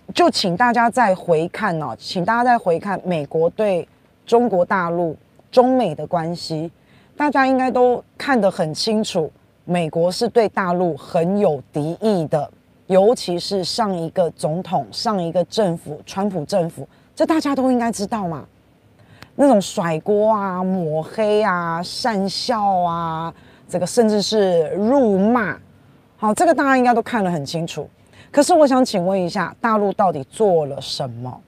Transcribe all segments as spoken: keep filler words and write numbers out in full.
就请大家再回看哦，请大家再回看美国对中国大陆、中美的关系，大家应该都看得很清楚，美国是对大陆很有敌意的，尤其是上一个总统、上一个政府，川普政府，这大家都应该知道嘛。那种甩锅啊、抹黑啊、讪笑啊，这个甚至是辱骂，好，这个大家应该都看得很清楚。可是我想请问一下，大陆到底做了什么？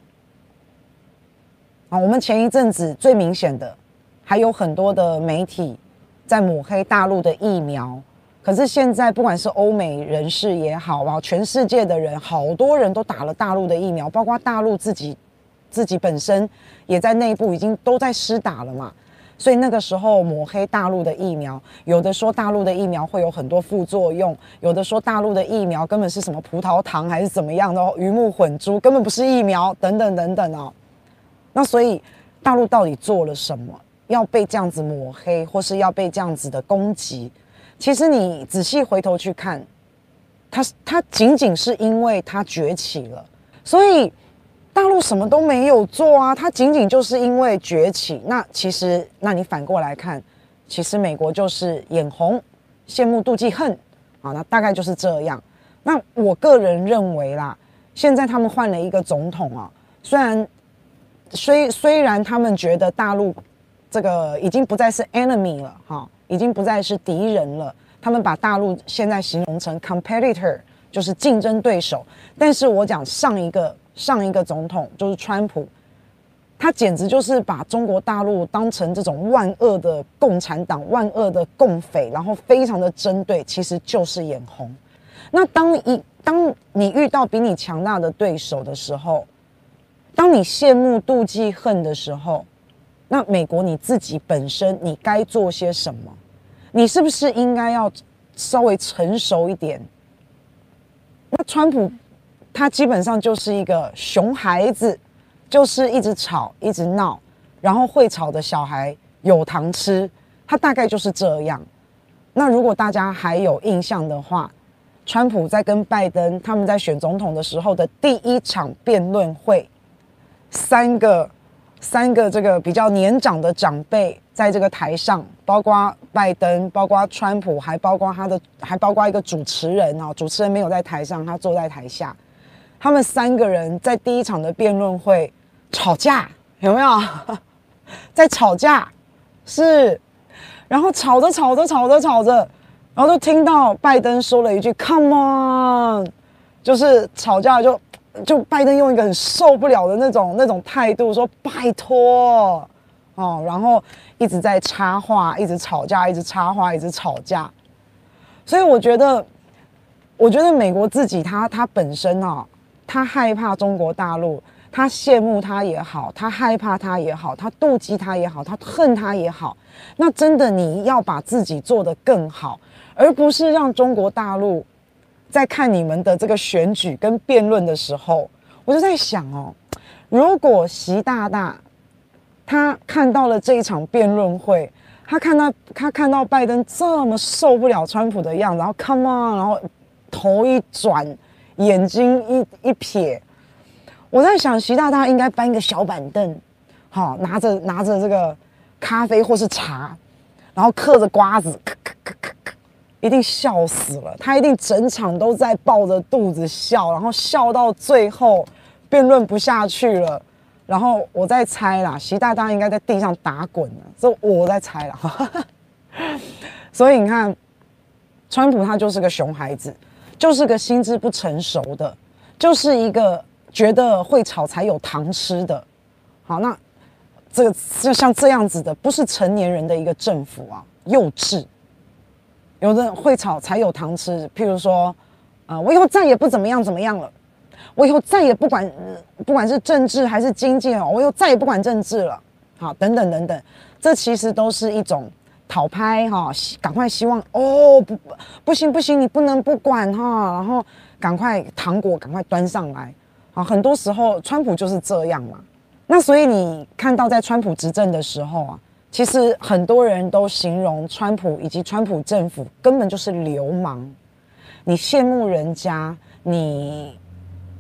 啊，我们前一阵子最明显的，还有很多的媒体在抹黑大陆的疫苗。可是现在不管是欧美人士也好啊，全世界的人，好多人都打了大陆的疫苗，包括大陆自己自己本身也在内部已经都在施打了嘛。所以那个时候抹黑大陆的疫苗，有的说大陆的疫苗会有很多副作用，有的说大陆的疫苗根本是什么葡萄糖还是怎么样的鱼目混珠，根本不是疫苗，等等等等哦。那所以大陆到底做了什么，要被这样子抹黑，或是要被这样子的攻击？其实你仔细回头去看，它它仅仅是因为它崛起了，所以大陆什么都没有做啊，它仅仅就是因为崛起。那其实，那你反过来看，其实美国就是眼红、羡慕、妒忌、恨啊，那大概就是这样。那我个人认为啦，现在他们换了一个总统啊，虽然虽虽然他们觉得大陆这个已经不再是 enemy 了哈，已经不再是敌人了，他们把大陆现在形容成 competitor， 就是竞争对手。但是我讲上一个。上一个总统就是川普，他简直就是把中国大陆当成这种万恶的共产党、万恶的共匪，然后非常的针对，其实就是眼红。那当一当你遇到比你强大的对手的时候，当你羡慕、妒忌、恨的时候，那美国你自己本身你该做些什么？你是不是应该要稍微成熟一点？那川普。他基本上就是一个熊孩子，就是一直吵一直闹，然后会吵的小孩有糖吃，他大概就是这样。那如果大家还有印象的话，川普在跟拜登他们在选总统的时候的第一场辩论会，三个三个这个比较年长的长辈在这个台上，包括拜登，包括川普，还包括他的还包括一个主持人哦，主持人没有在台上，他坐在台下。他们三个人在第一场的辩论会吵架，有没有？在吵架，是，然后吵着吵着吵着吵着，然后就听到拜登说了一句 "Come on"， 就是吵架就就拜登用一个很受不了的那种那种态度说拜托哦，然后一直在插话，一直吵架，一直插话，一直吵架。所以我觉得，我觉得美国自己他他本身啊。他害怕中国大陆，他羡慕他也好，他害怕他也好，他妒忌他也好，他恨他也好，那真的你要把自己做得更好，而不是让中国大陆在看你们的这个选举跟辩论的时候，我就在想哦，如果习大大他看到了这一场辩论会，他看到他看到拜登这么受不了川普的样子，然后 come on， 然后头一转。眼睛一一瞥，我在想，习大大应该搬一个小板凳，好、哦，拿着拿着这个咖啡或是茶，然后嗑着瓜子，咔咔咔咔咔，一定笑死了。他一定整场都在抱着肚子笑，然后笑到最后辩论不下去了。然后我在猜啦，习大大应该在地上打滚了，这我在猜啦。所以你看，川普他就是个熊孩子。就是个心智不成熟的，就是一个觉得会吵才有糖吃的。好，那这个就像这样子的，不是成年人的一个政府啊，幼稚。有的会吵才有糖吃，譬如说，啊、呃，我以后再也不怎么样怎么样了，我以后再也不管，呃、不管是政治还是经济哦，我以后再也不管政治了。好，等等等等，这其实都是一种。讨拍哈，赶快希望哦不不行不行，你不能不管哈，然后赶快糖果赶快端上来啊！很多时候川普就是这样嘛。那所以你看到在川普执政的时候啊，其实很多人都形容川普以及川普政府根本就是流氓。你羡慕人家，你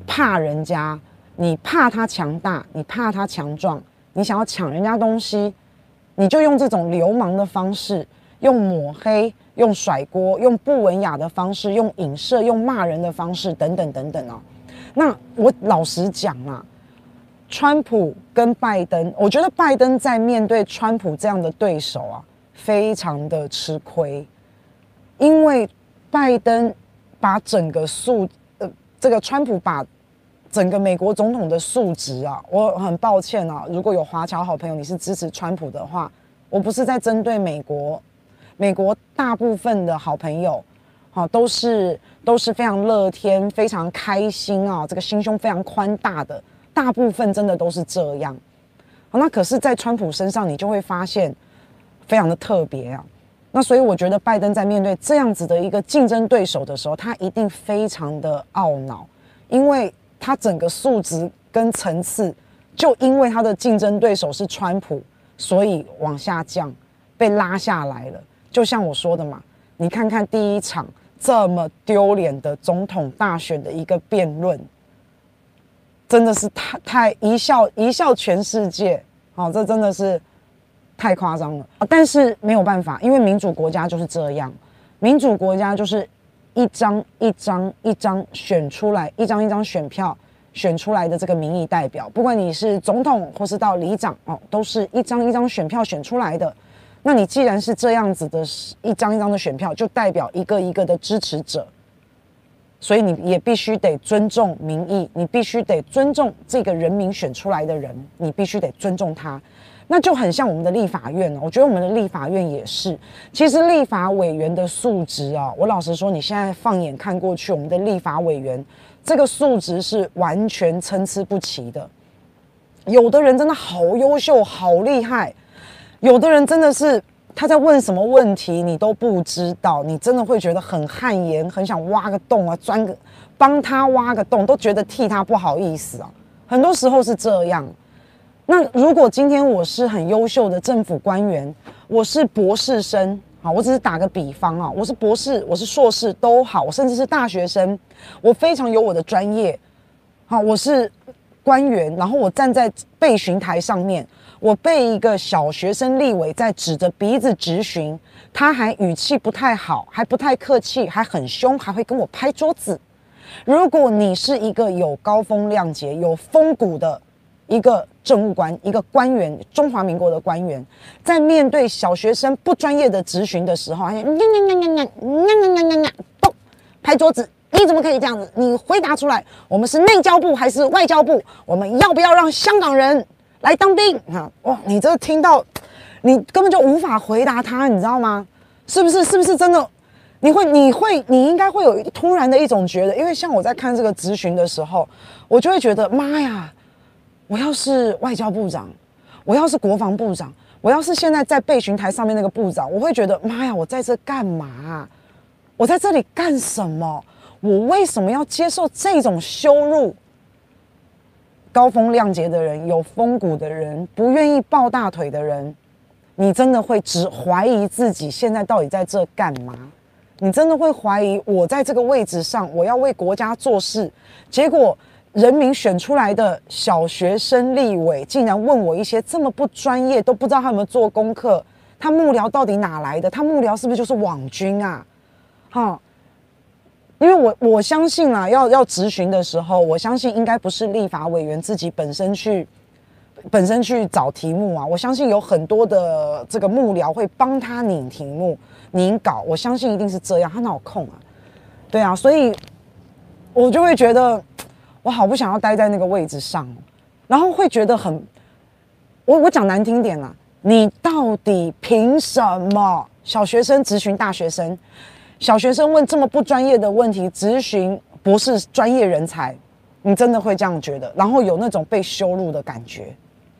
怕人家，你怕他强大，你怕他强壮，你想要抢人家东西，你就用这种流氓的方式，用抹黑，用甩锅，用不文雅的方式，用影射，用骂人的方式，等等等等哦。那我老实讲啊，川普跟拜登，我觉得拜登在面对川普这样的对手啊，非常的吃亏，因为拜登把整个素呃，这个川普把整个美国总统的素质啊，我很抱歉啊，如果有华侨好朋友你是支持川普的话，我不是在针对美国，美国大部分的好朋友，啊，都是都是非常乐天、非常开心啊，这个心胸非常宽大的，大部分真的都是这样。好，那可是，在川普身上，你就会发现非常的特别啊。那所以我觉得拜登在面对这样子的一个竞争对手的时候，他一定非常的懊恼，因为他整个素质跟层次，就因为他的竞争对手是川普，所以往下降，被拉下来了。就像我说的嘛，你看看第一场这么丢脸的总统大选的一个辩论，真的是太太一笑一笑全世界，好、哦，这真的是太夸张了。但是没有办法，因为民主国家就是这样，民主国家就是一张一张一张选出来，一张一张选票选出来的这个民意代表，不管你是总统或是到里长哦，都是一张一张选票选出来的。那你既然是这样子的，一张一张的选票，就代表一个一个的支持者，所以你也必须得尊重民意，你必须得尊重这个人民选出来的人，你必须得尊重他。那就很像我们的立法院，我觉得我们的立法院也是。其实立法委员的素质啊，我老实说，你现在放眼看过去，我们的立法委员这个素质是完全参差不齐的。有的人真的好优秀，好厉害。有的人真的是他在问什么问题你都不知道，你真的会觉得很汗颜，很想挖个洞啊，钻个帮他挖个洞，都觉得替他不好意思啊。很多时候是这样。那如果今天我是很优秀的政府官员，我是博士生，好，我只是打个比方啊，我是博士，我是硕士都好，我甚至是大学生，我非常有我的专业，好，我是官员，然后我站在备询台上面。我被一个小学生立委在指着鼻子质询，他还语气不太好，还不太客气，还很凶，还会跟我拍桌子。如果你是一个有高风亮节、有风骨的一个政务官、一个官员，中华民国的官员，在面对小学生不专业的质询的时候，呀呀呀呀呀呀呀呀呀，咚，拍桌子。你怎么可以这样子？你回答出来，我们是内交部还是外交部？我们要不要让香港人来当兵啊！哇，你这听到，你根本就无法回答他，你知道吗？是不是？是不是真的？你会，你会，你应该会有突然的一种觉得，因为像我在看这个质询的时候，我就会觉得，妈呀！我要是外交部长，我要是国防部长，我要是现在在备询台上面那个部长，我会觉得，妈呀！我在这干嘛啊？我在这里干什么？我为什么要接受这种羞辱？高风亮节的人，有风骨的人，不愿意抱大腿的人，你真的会只怀疑自己现在到底在这干嘛？你真的会怀疑我在这个位置上，我要为国家做事，结果人民选出来的小学生立委竟然问我一些这么不专业，都不知道他有没有做功课，他幕僚到底哪来的？他幕僚是不是就是网军啊？哈。因为我我相信啊，要要质询的时候，我相信应该不是立法委员自己本身去本身去找题目啊，我相信有很多的这个幕僚会帮他拟题目、拟稿，我相信一定是这样，他哪有空啊？对啊，所以我就会觉得我好不想要待在那个位置上，然后会觉得很，我我讲难听点啦，你到底凭什么？小学生质询大学生？小学生问这么不专业的问题，质询博士专业人才，你真的会这样觉得？然后有那种被羞辱的感觉，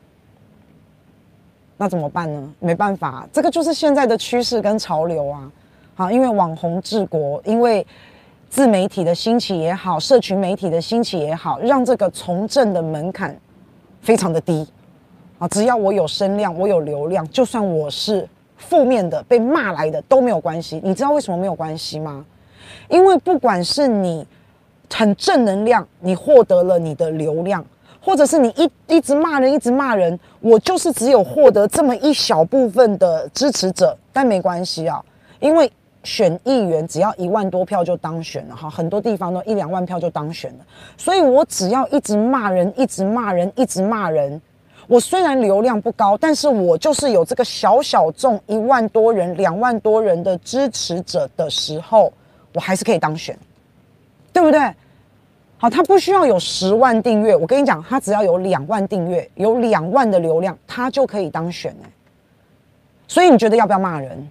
那怎么办呢？没办法，这个就是现在的趋势跟潮流啊。好，因为网红治国，因为自媒体的兴起也好，社群媒体的兴起也好，让这个从政的门槛非常的低啊。只要我有声量，我有流量，就算我是负面的被骂来的都没有关系。你知道为什么没有关系吗？因为不管是你很正能量，你获得了你的流量，或者是你一一直骂人，一直骂人，我就是只有获得这么一小部分的支持者，但没关系啊，因为选议员只要一万多票就当选了哈，很多地方都一两万票就当选了，所以我只要一直骂人，一直骂人，一直骂人，我虽然流量不高，但是我就是有这个小小众一万多人、两万多人的支持者的时候，我还是可以当选。对不对？好，他不需要有十万订阅，我跟你讲，他只要有两万订阅，有两万的流量，他就可以当选哎。所以你觉得要不要骂人？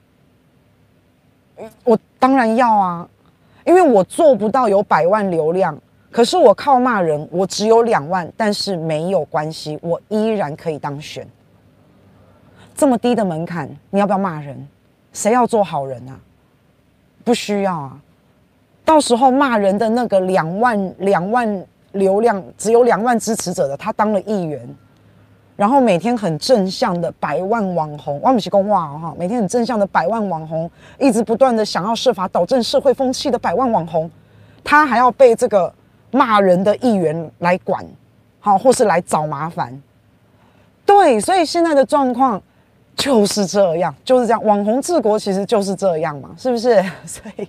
我当然要啊，因为我做不到有百万流量，可是我靠骂人，我只有两万，但是没有关系，我依然可以当选。这么低的门槛，你要不要骂人？谁要做好人啊？不需要啊。到时候骂人的那个两万两万流量，只有两万支持者的，他当了议员，然后每天很正向的百万网红，我不是公话哈，每天很正向的百万网红，一直不断的想要设法导正社会风气的百万网红，他还要被这个骂人的议员来管，好，或是来找麻烦。对，所以现在的状况就是这样，就是这样，网红治国其实就是这样嘛，是不是？所以。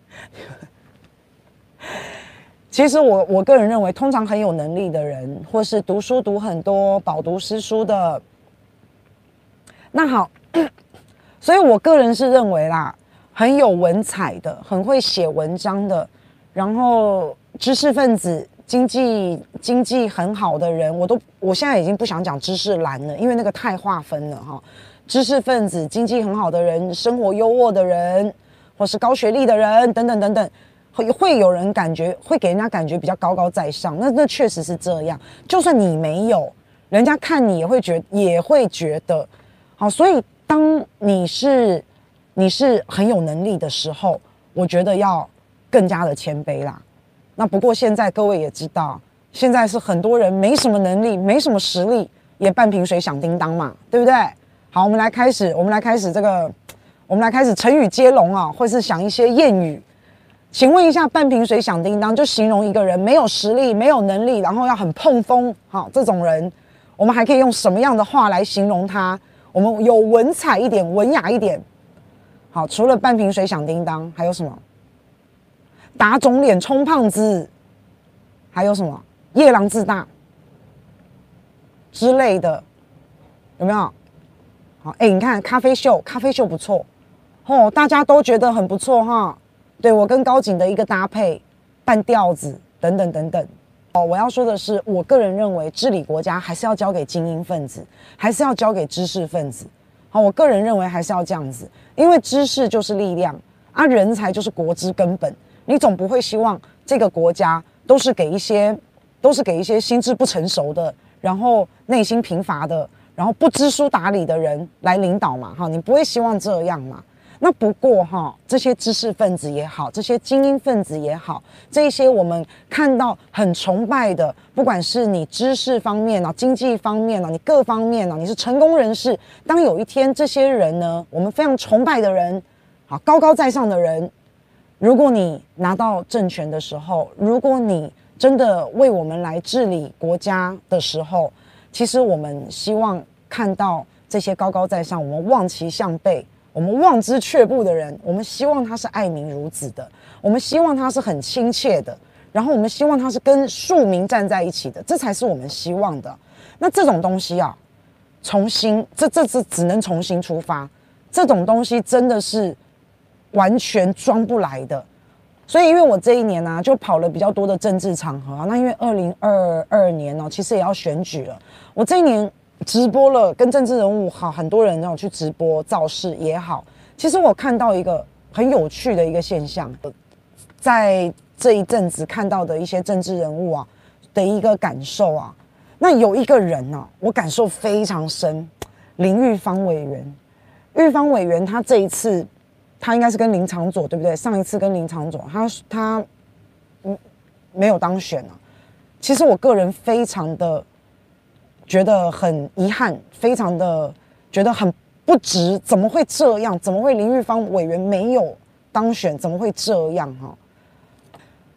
其实我我个人认为，通常很有能力的人，或是读书读很多、饱读诗书的，那好，所以我个人是认为啦，很有文采的、很会写文章的，然后知识分子、经济经济很好的人，我都我现在已经不想讲知识蓝了，因为那个太划分了哈。知识分子、经济很好的人、生活优渥的人，或是高学历的人，等等等等。会会有人感觉会给人家感觉比较高高在上，那那确实是这样。就算你没有，人家看你也会觉也会觉得好。所以当你是你是很有能力的时候，我觉得要更加的谦卑啦。那不过现在各位也知道，现在是很多人没什么能力，没什么实力，也半瓶水响叮当嘛，对不对？好，我们来开始，我们来开始这个，我们来开始成语接龙啊，或是想一些谚语。请问一下，半瓶水响叮当，就形容一个人没有实力、没有能力，然后要很碰风，好，这种人，我们还可以用什么样的话来形容他？我们有文采一点、文雅一点。好，除了半瓶水响叮当，还有什么？打肿脸充胖子，还有什么？夜郎自大之类的，有没有？好，哎，你看咖啡秀，咖啡秀不错，哦，大家都觉得很不错哈。对，我跟高景的一个搭配，半吊子等等等等。哦，我要说的是，我个人认为治理国家还是要交给精英分子，还是要交给知识分子。好，我个人认为还是要这样子，因为知识就是力量啊，人才就是国之根本。你总不会希望这个国家都是给一些都是给一些心智不成熟的，然后内心贫乏的，然后不知书达理的人来领导嘛？哈，你不会希望这样嘛？那不过哈，这些知识分子也好，这些精英分子也好，这些我们看到很崇拜的，不管是你知识方面啊、经济方面啊、你各方面啊，你是成功人士。当有一天这些人呢，我们非常崇拜的人，好高高在上的人，如果你拿到政权的时候，如果你真的为我们来治理国家的时候，其实我们希望看到这些高高在上，我们望其项背。我们望之却步的人，我们希望他是爱民如子的，我们希望他是很亲切的，然后我们希望他是跟庶民站在一起的，这才是我们希望的。那这种东西啊，重新这这这只能重新出发，这种东西真的是完全装不来的。所以因为我这一年呢、啊，就跑了比较多的政治场合啊，那因为二零二二年哦，其实也要选举了，我这一年。直播了，跟政治人物好，很多人让去直播造势也好。其实我看到一个很有趣的一个现象，在这一阵子看到的一些政治人物啊的一个感受啊，那有一个人呢、啊，我感受非常深，林玉芳委员。玉芳委员他这一次，他应该是跟林长佐对不对？上一次跟林长佐，他他嗯没有当选啊。其实我个人非常的。觉得很遗憾，非常的觉得很不值，怎么会这样？怎么会林玉芳委员没有当选？怎么会这样？哈，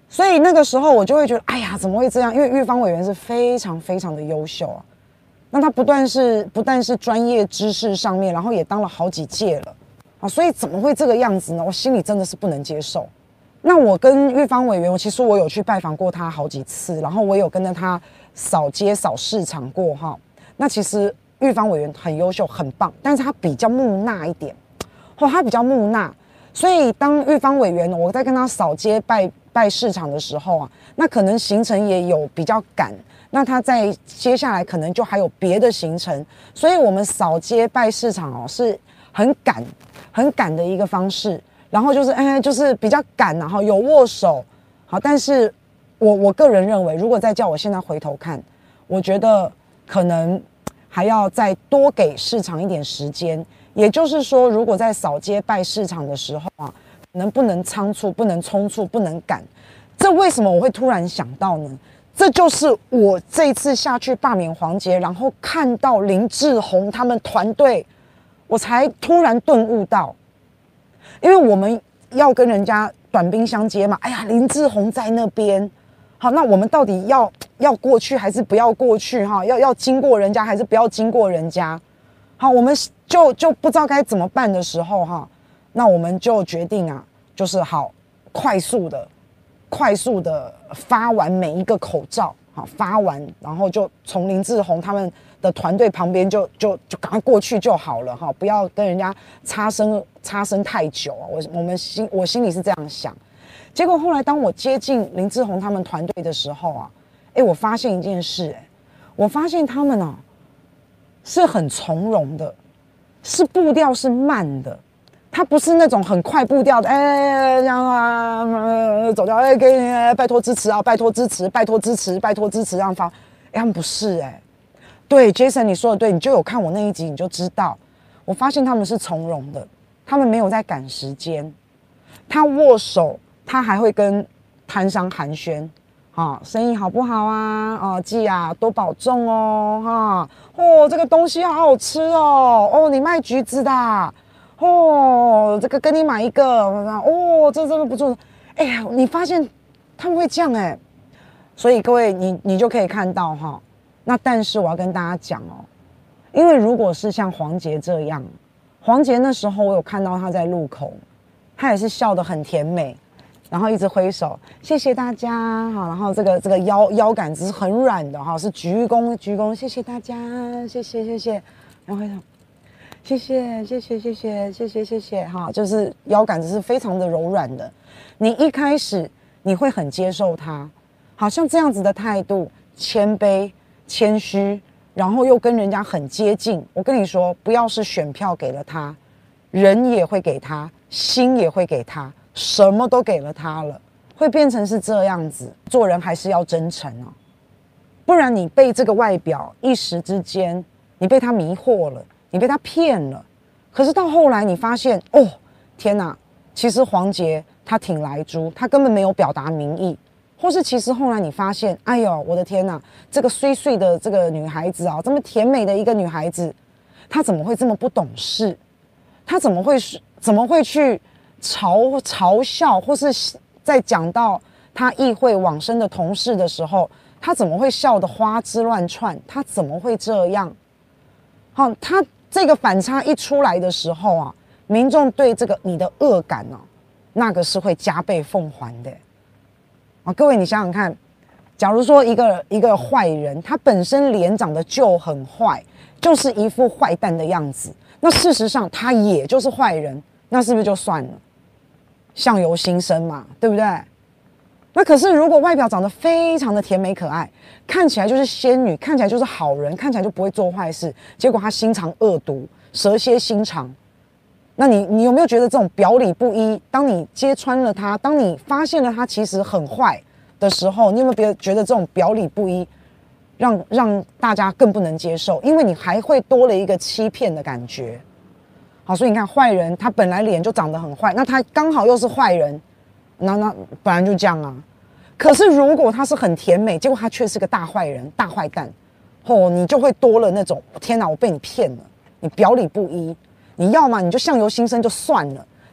所以那个时候我就会觉得，哎呀，怎么会这样？因为玉芳委员是非常非常的优秀啊，那他不但是不但是专业知识上面，然后也当了好几届了啊，所以怎么会这个样子呢？我心里真的是不能接受。那我跟玉芳委员，我其实我有去拜访过他好几次，然后我有跟着他扫街扫市场过哈。那其实玉芳委员很优秀，很棒，但是他比较木讷一点，哦，他比较木讷，所以当玉芳委员我在跟他扫街拜拜市场的时候啊，那可能行程也有比较赶，那他在接下来可能就还有别的行程，所以我们扫街拜市场哦是很赶很赶的一个方式，然后就是哎就是比较赶，然后有握手，好，但是我我个人认为，如果再叫我现在回头看，我觉得可能还要再多给市场一点时间，也就是说，如果在扫街拜市场的时候啊。能不能仓促，不能冲促，不能赶，这为什么我会突然想到呢？这就是我这一次下去罢免黄捷，然后看到林志宏他们团队，我才突然顿悟到，因为我们要跟人家短兵相接嘛，哎呀，林志宏在那边，好，那我们到底要要过去还是不要过去哈？要要经过人家还是不要经过人家？好，我们就就不知道该怎么办的时候哈。那我们就决定啊，就是好快速的、快速的发完每一个口罩，好发完，然后就从林志宏他们的团队旁边就就就赶快过去就好了哈，不要跟人家擦身擦身太久啊。我我们心我心里是这样想，结果后来当我接近林志宏他们团队的时候啊，哎，我发现一件事，哎，我发现他们啊是很从容的，是步调是慢的。他不是那种很快步调的，哎，这样啊，呃、走掉，哎，给你，拜托支持啊，拜托支持，拜托支持，拜托支持，这样发，哎，他们不是哎、欸，对 ，Jason 你说的对，你就有看我那一集，你就知道，我发现他们是从容的，他们没有在赶时间，他握手，他还会跟摊商寒暄，啊，生意好不好啊？哦，记啊，多保重哦，哈，哦，这个东西好好吃哦，哦，你卖橘子的、啊。哦，这个跟你买一个，哦，这真的不错。哎呀，你发现他们会这样哎、欸，所以各位你你就可以看到哈。那但是我要跟大家讲哦，因为如果是像黄捷这样，黄捷那时候我有看到他在路口，他也是笑得很甜美，然后一直挥手，谢谢大家哈。然后这个这个腰腰杆子是很软的哈，是鞠躬鞠躬，谢谢大家，谢谢谢谢，然后挥手。谢谢谢谢谢谢谢谢谢谢哈，就是腰杆子是非常的柔软的。你一开始你会很接受他，好像这样子的态度，谦卑、谦虚，然后又跟人家很接近。我跟你说，不要是选票给了他，人也会给他，心也会给他，什么都给了他了，会变成是这样子。做人还是要真诚啊，不然你被这个外表一时之间，你被他迷惑了。你被他骗了，可是到后来你发现，哦，天哪！其实黄捷他挺来猪，他根本没有表达民意，或是其实后来你发现，哎呦，我的天哪！这个碎碎的这个女孩子啊，这么甜美的一个女孩子，她怎么会这么不懂事？她怎么会怎么会去嘲嘲笑，或是在讲到她议会往生的同事的时候，她怎么会笑得花枝乱窜？她怎么会这样？好，她。这个反差一出来的时候啊，民众对这个你的恶感哦、啊，那个是会加倍奉还的啊！各位，你想想看，假如说一个一个坏人，他本身脸长得就很坏，就是一副坏蛋的样子，那事实上他也就是坏人，那是不是就算了？相由心生嘛，对不对？那可是如果外表长得非常的甜美可爱，看起来就是仙女，看起来就是好人，看起来就不会做坏事，结果他心肠恶毒，蛇蝎心肠，那你你有没有觉得这种表里不一？当你揭穿了他，当你发现了他其实很坏的时候，你有没有别觉得这种表里不一让让大家更不能接受？因为你还会多了一个欺骗的感觉。好，所以你看坏人他本来脸就长得很坏，那他刚好又是坏人。那那本来就这样啊，可是如果他是很甜美，结果他却是个大坏人、大坏蛋，哦，你就会多了那种天哪，我被你骗了，你表里不一，你要嘛你就相由心生就算了，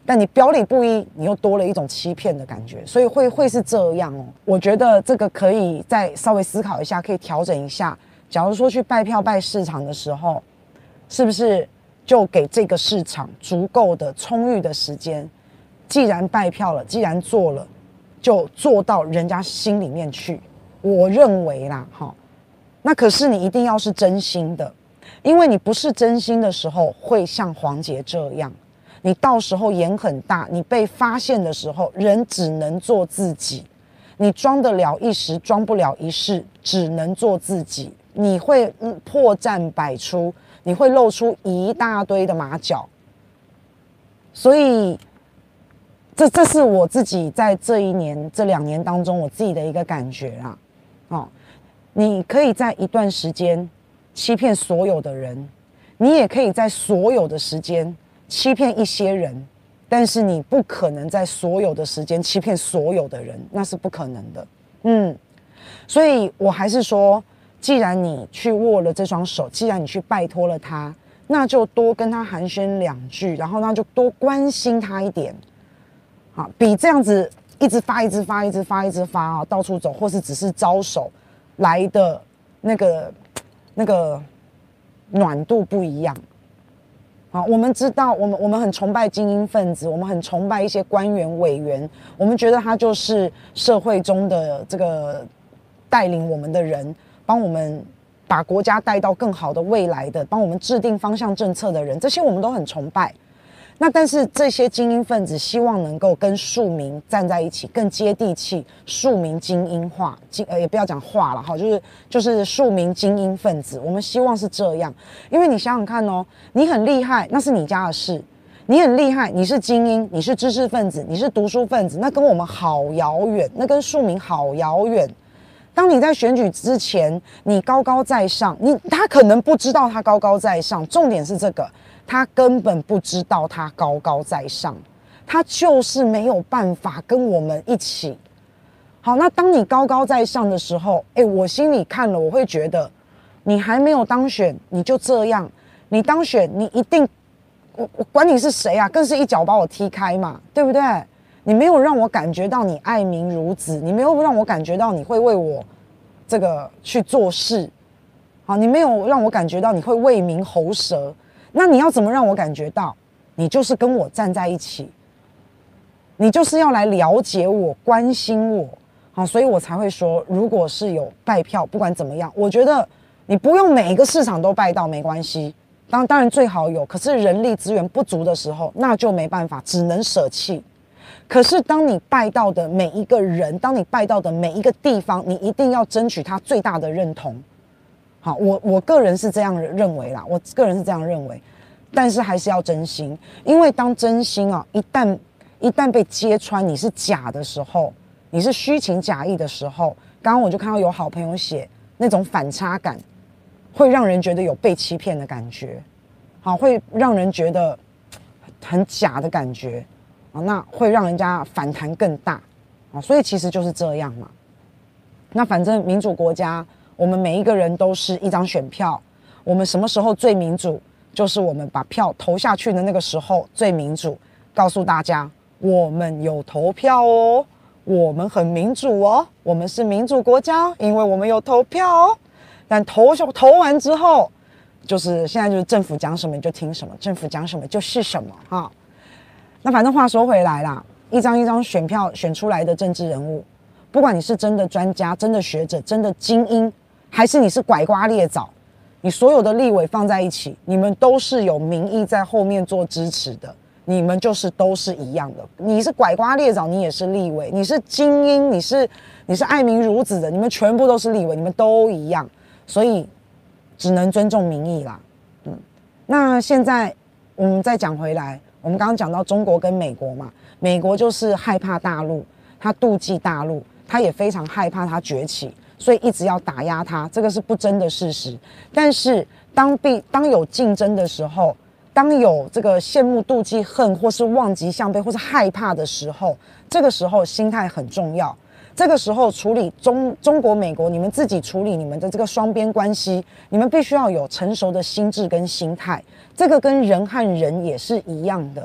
但你表里不一，你又多了一种欺骗的感觉，所以会会是这样哦。我觉得这个可以再稍微思考一下，可以调整一下。假如说去拜票拜市场的时候，是不是就给这个市场足够的充裕的时间？既然拜票了，既然做了，就做到人家心里面去。我认为啦，哈，那可是你一定要是真心的，因为你不是真心的时候，会像黄杰这样，你到时候眼很大，你被发现的时候，人只能做自己，你装得了一时，装不了一世，只能做自己，你会破绽百出，你会露出一大堆的马脚，所以。这这是我自己在这一年、这两年当中我自己的一个感觉啦，哦，你可以在一段时间欺骗所有的人，你也可以在所有的时间欺骗一些人，但是你不可能在所有的时间欺骗所有的人，那是不可能的。嗯，所以我还是说，既然你去握了这双手，既然你去拜托了他，那就多跟他寒暄两句，然后那就多关心他一点。啊，比这样子一直发、一直发、一直发、一直发啊，到处走，或是只是招手来的那个那个暖度不一样。啊，我们知道，我们我们很崇拜精英分子，我们很崇拜一些官员委员，我们觉得他就是社会中的这个带领我们的人，帮我们把国家带到更好的未来的，帮我们制定方向政策的人，这些我们都很崇拜。那但是这些精英分子希望能够跟庶民站在一起，更接地气，庶民精英化，精呃也不要讲化了哈，就是就是庶民精英分子，我们希望是这样。因为你想想看哦，你很厉害，那是你家的事；你很厉害，你是精英，你是知识分子，你是读书分子，那跟我们好遥远，那跟庶民好遥远。当你在选举之前，你高高在上，你他可能不知道他高高在上，重点是这个。他根本不知道他高高在上，他就是没有办法跟我们一起。好，那当你高高在上的时候，哎，我心里看了，我会觉得，你还没有当选，你就这样；你当选，你一定，我我管你是谁啊，更是一脚把我踢开嘛，对不对？你没有让我感觉到你爱民如子，你没有让我感觉到你会为我这个去做事，好，你没有让我感觉到你会为民喉舌。那你要怎么让我感觉到？你就是跟我站在一起，你就是要来了解我、关心我，好，所以我才会说，如果是有拜票，不管怎么样，我觉得你不用每一个市场都拜到没关系，当当然最好有，可是人力资源不足的时候，那就没办法，只能舍弃。可是当你拜到的每一个人，当你拜到的每一个地方，你一定要争取他最大的认同。好，我我个人是这样认为啦，我个人是这样认为，但是还是要真心，因为当真心啊，一旦一旦被揭穿你是假的时候，你是虚情假意的时候，刚刚我就看到有好朋友写那种反差感，会让人觉得有被欺骗的感觉，好，会让人觉得很假的感觉，啊，那会让人家反弹更大，啊，所以其实就是这样嘛。那反正民主国家。我们每一个人都是一张选票，我们什么时候最民主？就是我们把票投下去的那个时候最民主。告诉大家，我们有投票哦，我们很民主哦，我们是民主国家，因为我们有投票哦。但投投完之后，就是现在就是政府讲什么你就听什么，政府讲什么就是什么哈。那反正话说回来啦，一张一张选票选出来的政治人物，不管你是真的专家、真的学者、真的精英。还是你是拐瓜裂枣，你所有的立委放在一起，你们都是有民意在后面做支持的，你们就是都是一样的。你是拐瓜裂枣，你也是立委；你是精英，你是你是爱民如子的，你们全部都是立委，你们都一样，所以只能尊重民意啦。嗯，那现在我们再讲回来，我们刚刚讲到中国跟美国嘛，美国就是害怕大陆，他妒忌大陆，他也非常害怕他崛起。所以一直要打压他，这个是不争的事实。但是当必当有竞争的时候，当有这个羡慕、妒忌、恨，或是望极项背，或是害怕的时候，这个时候心态很重要。这个时候处理中中国、美国，你们自己处理你们的这个双边关系，你们必须要有成熟的心智跟心态。这个跟人和人也是一样的。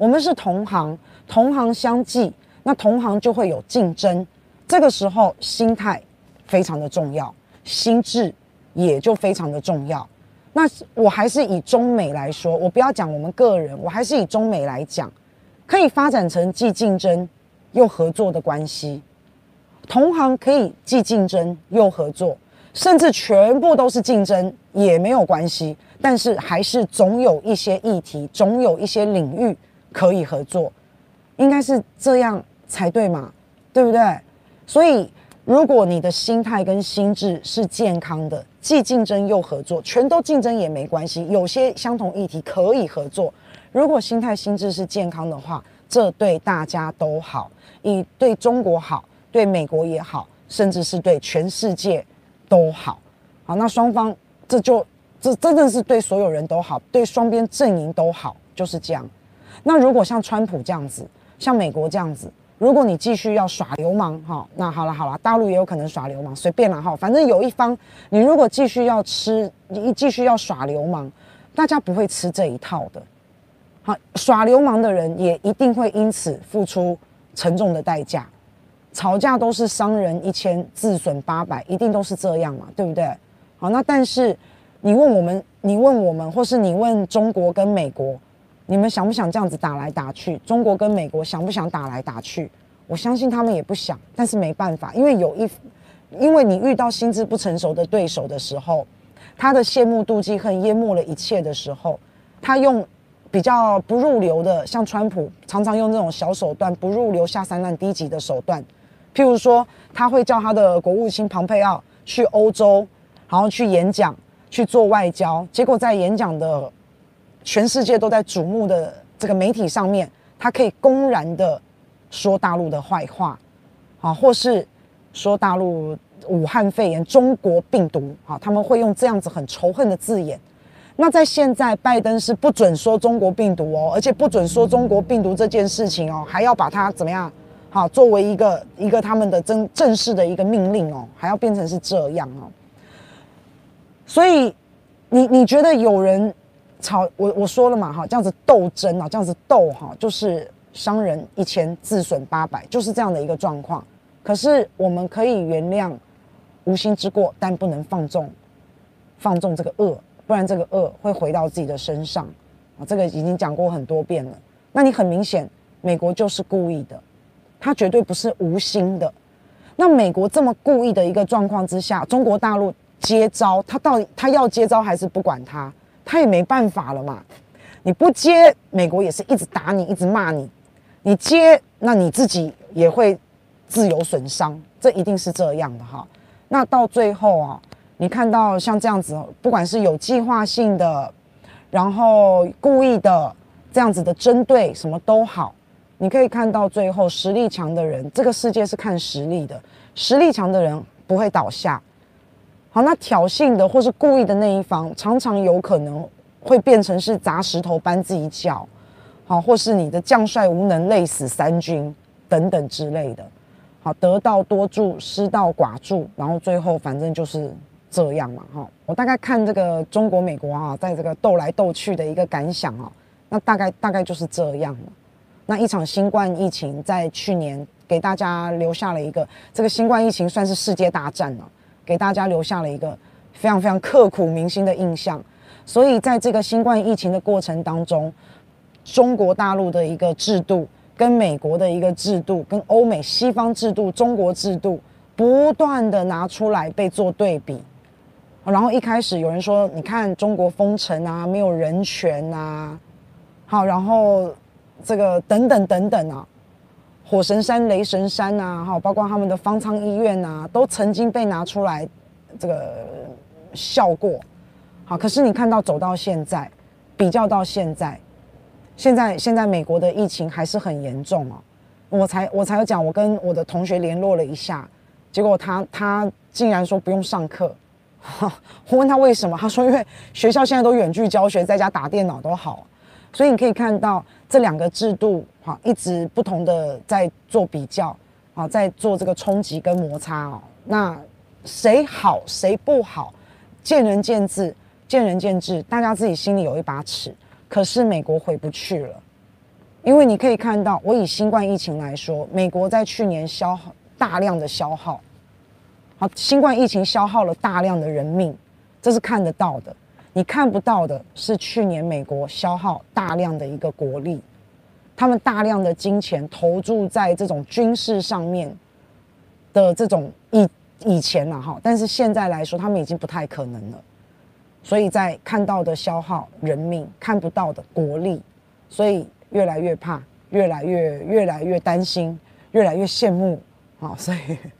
我们是同行，同行相忌，那同行就会有竞争。这个时候心态非常的重要，心智也就非常的重要。那我还是以中美来说，我不要讲我们个人，我还是以中美来讲，可以发展成既竞争又合作的关系。同行可以既竞争又合作，甚至全部都是竞争也没有关系，但是还是总有一些议题，总有一些领域可以合作，应该是这样才对嘛，对不对？所以如果你的心态跟心智是健康的，既竞争又合作，全都竞争也没关系，有些相同议题可以合作。如果心态心智是健康的话，这对大家都好，以对中国好，对美国也好，甚至是对全世界都好。好，那双方这就这真的是对所有人都好，对双边阵营都好，就是这样。那如果像川普这样子，像美国这样子，如果你继续要耍流氓哈，那好了好了，大陆也有可能耍流氓，随便啦哈，反正有一方你如果继续要吃，你继续要耍流氓，大家不会吃这一套的。好，耍流氓的人也一定会因此付出沉重的代价。吵架都是伤人一千，自损八百，一定都是这样嘛，对不对？好，那但是你问我们，你问我们，或是你问中国跟美国，你们想不想这样子打来打去？中国跟美国想不想打来打去？我相信他们也不想，但是没办法，因为有一，因为你遇到心智不成熟的对手的时候，他的羡慕妒忌恨淹没了一切的时候，他用比较不入流的，像川普常常用这种小手段，不入流下三滥低级的手段，譬如说他会叫他的国务卿庞佩奥去欧洲，然后去演讲，去做外交，结果在演讲的全世界都在瞩目的这个媒体上面，他可以公然的说大陆的坏话，啊，或是说大陆武汉肺炎、中国病毒，啊，他们会用这样子很仇恨的字眼。那在现在，拜登是不准说中国病毒哦，而且不准说中国病毒这件事情哦，还要把它怎么样？好，作为一个一个他们的正正式的一个命令哦，还要变成是这样哦。所以你你觉得有人吵我我说了嘛哈，这样子斗争啊，这样子斗哈，就是伤人一千，自损八百，就是这样的一个状况。可是我们可以原谅无心之过，但不能放纵放纵这个恶，不然这个恶会回到自己的身上啊。这个已经讲过很多遍了。那你很明显，美国就是故意的。他绝对不是无心的。那美国这么故意的一个状况之下，中国大陆接招，他到底他要接招还是不管他？他也没办法了嘛。你不接，美国也是一直打你，一直骂你；你接，那你自己也会自有损伤，这一定是这样的哈。那到最后啊，你看到像这样子，不管是有计划性的，然后故意的这样子的针对，什么都好。你可以看到最后实力强的人，这个世界是看实力的，实力强的人不会倒下。好，那挑衅的或是故意的那一方，常常有可能会变成是砸石头搬自己脚，好，或是你的将帅无能累死三军等等之类的。好，得道多助，失道寡助，然后最后反正就是这样嘛。哈，我大概看这个中国美国啊，在这个斗来斗去的一个感想啊，那大概大概就是这样了。那一场新冠疫情在去年给大家留下了一个，这个新冠疫情算是世界大战了，给大家留下了一个非常非常刻骨铭心的印象。所以在这个新冠疫情的过程当中，中国大陆的一个制度跟美国的一个制度跟欧美西方制度、中国制度不断的拿出来被做对比。然后一开始有人说，你看中国封城啊，没有人权啊，好，然后这个等等等等啊，火神山、雷神山啊，哈，包括他们的方舱医院啊，都曾经被拿出来这个笑过。好，可是你看到走到现在，比较到现在，现在现在美国的疫情还是很严重哦。我才我才有讲，我跟我的同学联络了一下，结果他他竟然说不用上课。我问他为什么，他说因为学校现在都远距教学，在家打电脑都好。所以你可以看到这两个制度哈，一直不同的在做比较啊，在做这个冲击跟摩擦哦。那谁好谁不好，见仁见智，见仁见智，大家自己心里有一把尺。可是美国回不去了， 因为你可以看到，我以新冠疫情来说，美国在去年消耗大量的消耗，好，新冠疫情消耗了大量的人命，这是看得到的。你看不到的是去年美国消耗大量的一个国力，他们大量的金钱投注在这种军事上面的这种以以前啦哈，但是现在来说，他们已经不太可能了。所以在看到的消耗人命，看不到的国力，所以越来越怕，越来越越来越担心，越来越羡慕啊！所以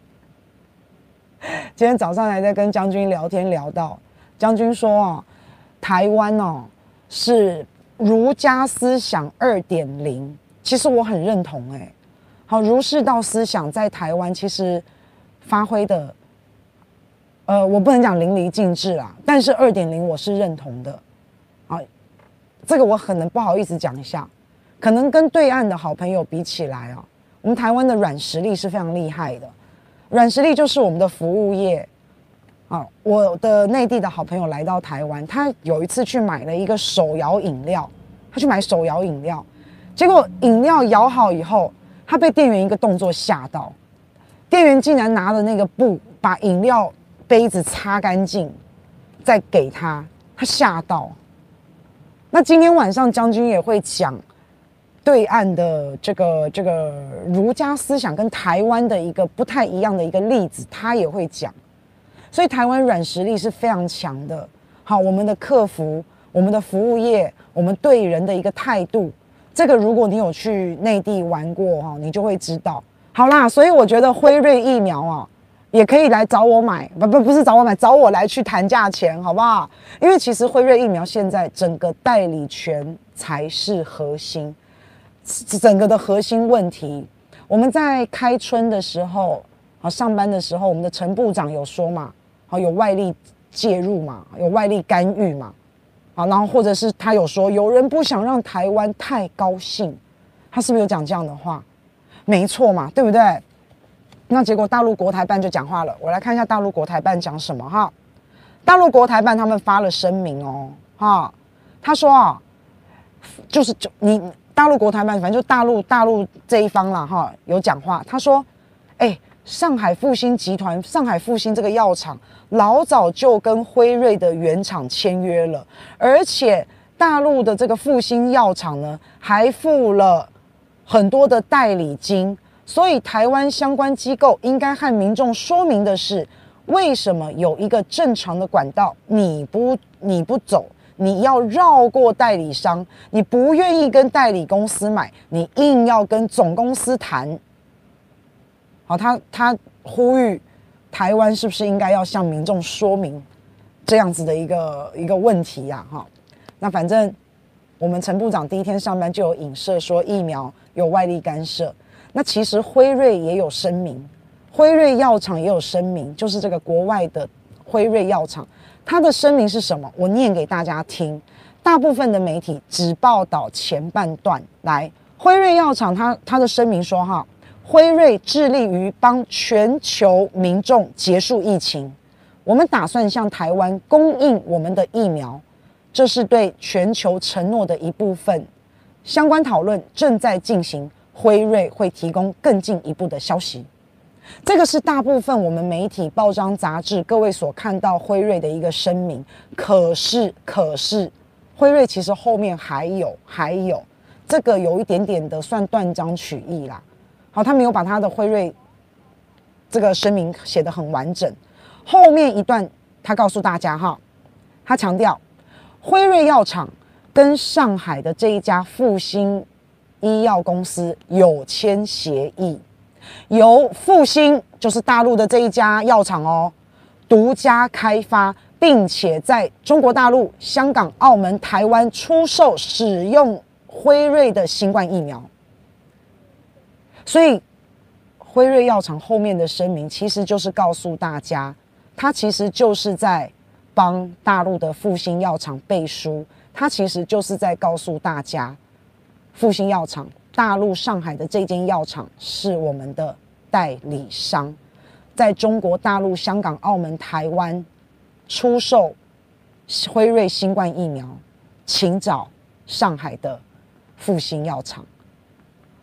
今天早上还在跟将军聊天，聊到将军说啊，台湾哦是儒家思想 二点零， 其实我很认同哎、欸。好，儒释道思想在台湾其实发挥的。呃，我不能讲淋漓尽致啦，但是 二点零 我是认同的，啊，这个我可能不好意思讲一下，可能跟对岸的好朋友比起来啊，我们台湾的软实力是非常厉害的，软实力就是我们的服务业，啊，我的内地的好朋友来到台湾，他有一次去买了一个手摇饮料，他去买手摇饮料，结果饮料摇好以后，他被店员一个动作吓到，店员竟然拿了那个布把饮料杯子擦干净，再给他，他吓到。那今天晚上将军也会讲对岸的这个这个儒家思想跟台湾的一个不太一样的一个例子，他也会讲。所以台湾软实力是非常强的。好，我们的客服、我们的服务业、我们对人的一个态度，这个如果你有去内地玩过哈，你就会知道。好啦，所以我觉得辉瑞疫苗啊。也可以来找我买，不不不是找我买，找我来去谈价钱，好不好？因为其实辉瑞疫苗现在整个代理权才是核心，整个的核心问题。我们在开春的时候，啊，上班的时候，我们的陈部长有说嘛，好，有外力介入嘛，有外力干预嘛，好，然后或者是他有说，有人不想让台湾太高兴，他是不是有讲这样的话？没错嘛，对不对？那结果大陆国台办就讲话了，我来看一下大陆国台办讲什么哈。大陆国台办他们发了声明哦，哈，他说啊，就是就你大陆国台办，反正就大陆大陆这一方啦哈，有讲话，他说，哎、欸，上海复星集团，上海复星这个药厂老早就跟辉瑞的原厂签约了，而且大陆的这个复星药厂呢，还付了很多的代理金。所以台湾相关机构应该和民众说明的是，为什么有一个正常的管道你不你不走，你要绕过代理商，你不愿意跟代理公司买，你硬要跟总公司谈。好，他他呼吁台湾是不是应该要向民众说明这样子的一个一个问题呀、啊？哈，那反正我们陈部长第一天上班就有影射说疫苗有外力干涉。那其实辉瑞也有声明，辉瑞药厂也有声明，就是这个国外的辉瑞药厂，它的声明是什么？我念给大家听。大部分的媒体只报道前半段。来，辉瑞药厂它它的声明说哈，辉瑞致力于帮全球民众结束疫情，我们打算向台湾供应我们的疫苗，这是对全球承诺的一部分。相关讨论正在进行。辉瑞会提供更进一步的消息，这个是大部分我们媒体、报章、杂志各位所看到辉瑞的一个声明。可是，可是，辉瑞其实后面还有还有这个有一点点的算断章取义啦。好，他没有把他的辉瑞这个声明写得很完整。后面一段他告诉大家哈，他强调辉瑞药厂跟上海的这一家复星医药公司有签协议，由复星就是大陆的这一家药厂哦，独家开发，并且在中国大陆、香港、澳门、台湾出售使用辉瑞的新冠疫苗。所以辉瑞药厂后面的声明其实就是告诉大家，它其实就是在帮大陆的复星药厂背书，它其实就是在告诉大家。复星药厂，大陆上海的这间药厂是我们的代理商，在中国大陆、香港、澳门、台湾出售辉瑞新冠疫苗，请找上海的复星药厂。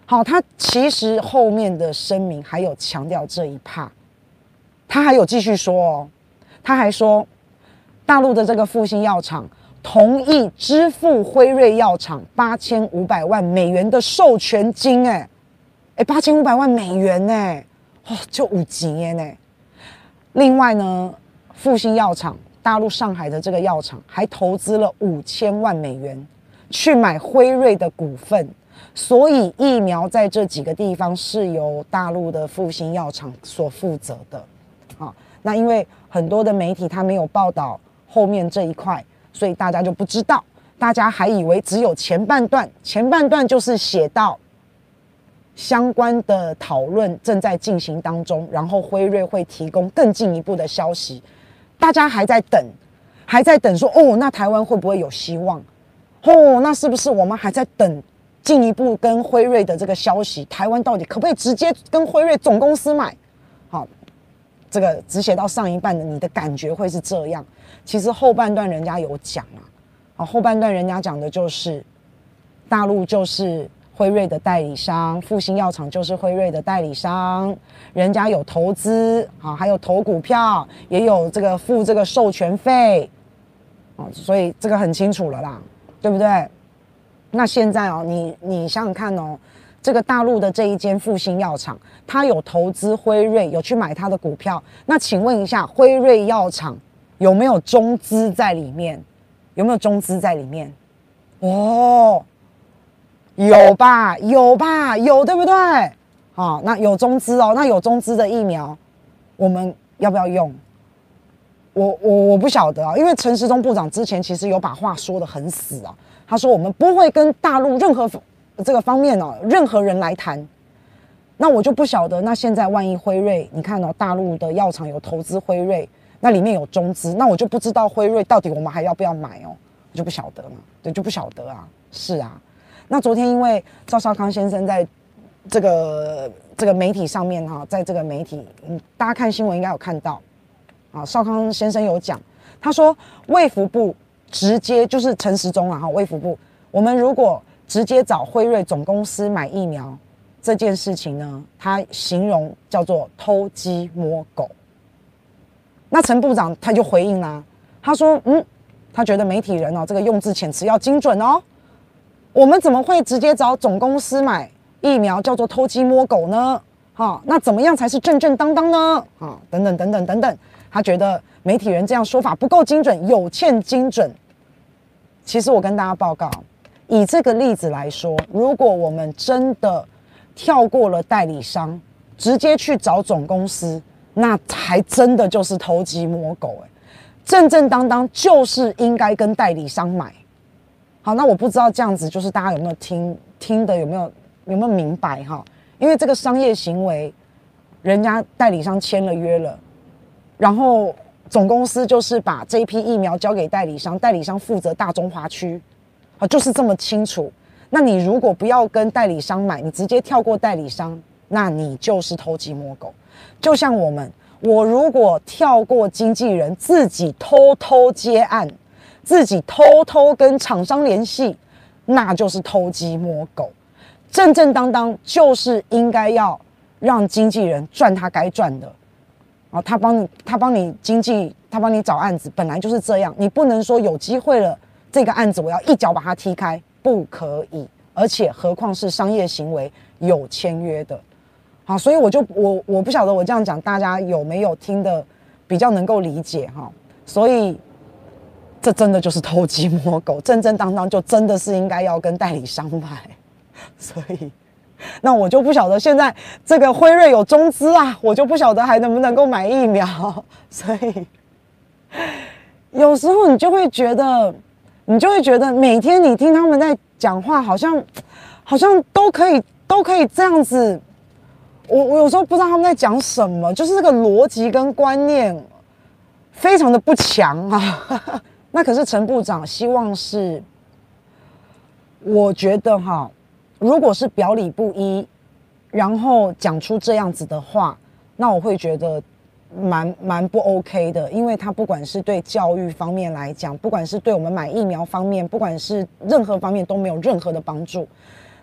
好，他其实后面的声明还有强调这一 part， 他还有继续说哦，他还说大陆的这个复星药厂同意支付辉瑞药厂八千五百万美元的授权金，哎，哎，八千五百万美元哎，哦，就五级耶呢。另外呢，复星药厂大陆上海的这个药厂还投资了五千万美元去买辉瑞的股份。所以疫苗在这几个地方是由大陆的复星药厂所负责的，啊，那因为很多的媒体他没有报道后面这一块，所以大家就不知道，大家还以为只有前半段，前半段就是写到相关的讨论正在进行当中，然后辉瑞会提供更进一步的消息，大家还在等，还在等说哦，那台湾会不会有希望？哦，那是不是我们还在等？进一步跟辉瑞的这个消息，台湾到底可不可以直接跟辉瑞总公司买？好，这个只写到上一半的，你的感觉会是这样。其实后半段人家有讲啊，啊，后半段人家讲的就是大陆就是辉瑞的代理商，复星药厂就是辉瑞的代理商，人家有投资啊，还有投股票，也有这个付这个授权费，啊，所以这个很清楚了啦，对不对？那现在哦，你你想想看哦，这个大陆的这一间复星药厂，它有投资辉瑞，有去买它的股票。那请问一下，辉瑞药厂有没有中资在里面？有没有中资在里面？哦，有吧，有吧，有，对不对？好，那有中资哦，那有中资的疫苗，我们要不要用？我我我不晓得啊，因为陈时中部长之前其实有把话说得很死啊。他说：“我们不会跟大陆任何这个方面哦，任何人来谈。那我就不晓得，那现在万一辉瑞，你看哦，大陆的药厂有投资辉瑞，那里面有中资，那我就不知道辉瑞到底我们还要不要买哦，我就不晓得嘛，对，就不晓得啊，是啊。那昨天因为赵少康先生在这个这个媒体上面哈，在这个媒体，嗯，大家看新闻应该有看到啊，少康先生有讲，他说卫福部。”直接就是陈时中啊，哈，卫福部，我们如果直接找辉瑞总公司买疫苗这件事情呢，他形容叫做偷鸡摸狗。那陈部长他就回应啦，他说，嗯，他觉得媒体人哦，这个用字遣词要精准哦，我们怎么会直接找总公司买疫苗叫做偷鸡摸狗呢？哈，那怎么样才是正正当当呢？啊，等等等等等等，他觉得媒体人这样说法不够精准，有欠精准。其实我跟大家报告，以这个例子来说，如果我们真的跳过了代理商，直接去找总公司，那还真的就是偷鸡摸狗哎、欸，正正当当就是应该跟代理商买。好，那我不知道这样子就是大家有没有听听的有没有有没有明白哈？因为这个商业行为，人家代理商签了约了，然后总公司就是把这一批疫苗交给代理商，代理商负责大中华区，啊，就是这么清楚。那你如果不要跟代理商买，你直接跳过代理商，那你就是偷鸡摸狗。就像我们，我如果跳过经纪人，自己偷偷接案，自己偷偷跟厂商联系，那就是偷鸡摸狗。正正当当就是应该要让经纪人赚他该赚的。啊，他帮你，他帮你经纪，他帮你找案子，本来就是这样。你不能说有机会了，这个案子我要一脚把它踢开，不可以。而且何况是商业行为，有签约的。好，所以我就我我不晓得我这样讲，大家有没有听得比较能够理解哈？所以这真的就是偷鸡摸狗，正正当当就真的是应该要跟代理商买。所以。那我就不晓得现在这个辉瑞有中资啊，我就不晓得还能不能够买疫苗。所以有时候你就会觉得，你就会觉得每天你听他们在讲话，好像好像都可以都可以这样子。我我有时候不知道他们在讲什么，就是这个逻辑跟观念非常的不强啊。那可是陈部长希望是，我觉得哈。如果是表里不一，然后讲出这样子的话，那我会觉得蛮蛮不 OK 的，因为他不管是对教育方面来讲，不管是对我们买疫苗方面，不管是任何方面都没有任何的帮助。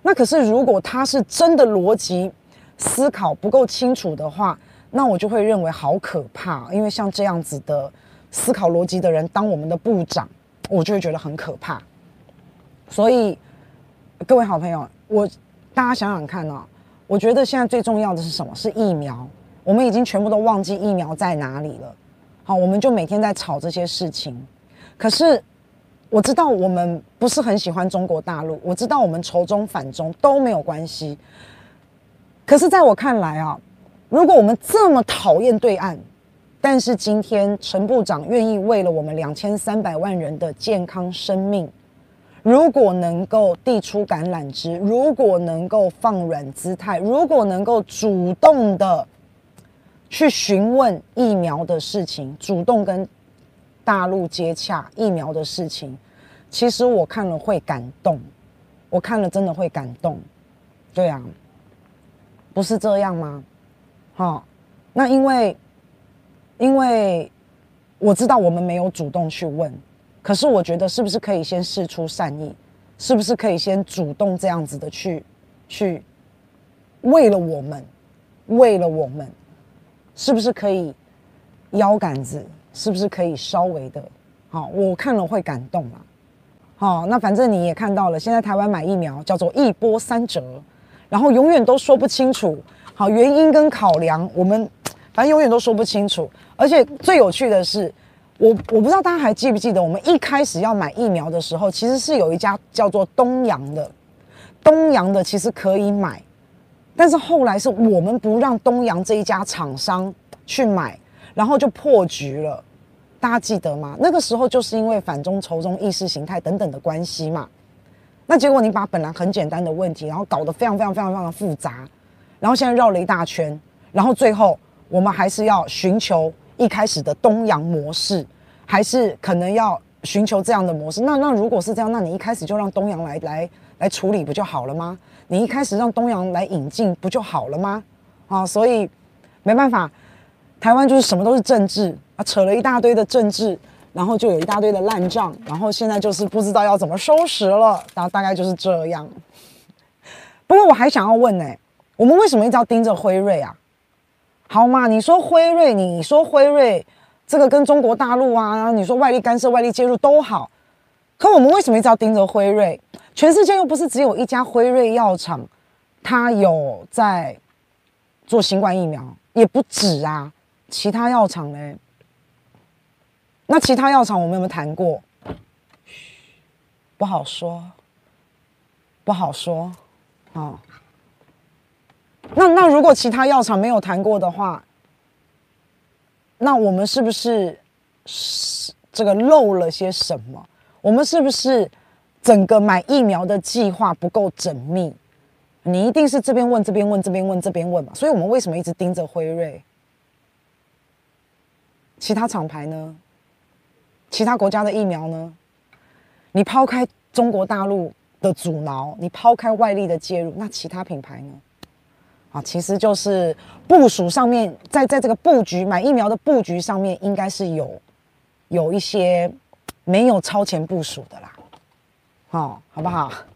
那可是如果他是真的逻辑思考不够清楚的话，那我就会认为好可怕，因为像这样子的思考逻辑的人当我们的部长，我就会觉得很可怕。所以各位好朋友，我大家想想看啊，我觉得现在最重要的是什么？是疫苗。我们已经全部都忘记疫苗在哪里了。好，我们就每天在吵这些事情。可是我知道我们不是很喜欢中国大陆，我知道我们仇中反中都没有关系。可是在我看来啊，如果我们这么讨厌对岸，但是今天陈部长愿意为了我们两千三百万人的健康生命，如果能够递出橄榄枝，如果能够放软姿态，如果能够主动的去询问疫苗的事情，主动跟大陆接洽疫苗的事情，其实我看了会感动，我看了真的会感动。对啊，不是这样吗？好，那因为因为我知道我们没有主动去问，可是我觉得是不是可以先释出善意，是不是可以先主动这样子的去去为了我们为了我们是不是可以腰杆子，是不是可以稍微的好，我看了会感动啦。好，那反正你也看到了，现在台湾买疫苗叫做一波三折，然后永远都说不清楚好原因跟考量，我们反正永远都说不清楚。而且最有趣的是，我我不知道大家还记不记得，我们一开始要买疫苗的时候，其实是有一家叫做东洋的，东洋的其实可以买，但是后来是我们不让东洋这一家厂商去买，然后就破局了。大家记得吗？那个时候就是因为反中、仇中、意识形态等等的关系嘛。那结果你把本来很简单的问题，然后搞得非常非常非常非常复杂，然后现在绕了一大圈，然后最后我们还是要寻求一开始的东洋模式，还是可能要寻求这样的模式。那那如果是这样，那你一开始就让东洋来来来处理不就好了吗？你一开始让东洋来引进不就好了吗？啊，所以没办法，台湾就是什么都是政治啊，扯了一大堆的政治，然后就有一大堆的烂账，然后现在就是不知道要怎么收拾了，然后大概就是这样。不过我还想要问呢、欸，我们为什么一直要盯着辉瑞啊？好嘛，你说辉瑞，你说辉瑞这个跟中国大陆啊，你说外力干涉、外力介入都好，可我们为什么一直要盯着辉瑞？全世界又不是只有一家辉瑞药厂，它有在做新冠疫苗，也不止啊。其他药厂呢？那其他药厂我们有没有谈过？不好说，不好说。哦，那那如果其他药厂没有谈过的话，那我们是不是这个漏了些什么？我们是不是整个买疫苗的计划不够缜密？你一定是这边问这边问这边问这边问嘛？所以我们为什么一直盯着辉瑞？其他厂牌呢？其他国家的疫苗呢？你抛开中国大陆的阻挠，你抛开外力的介入，那其他品牌呢？啊，其实就是部署上面，在在这个布局买疫苗的布局上面，应该是有有一些没有超前部署的啦。好，好不好？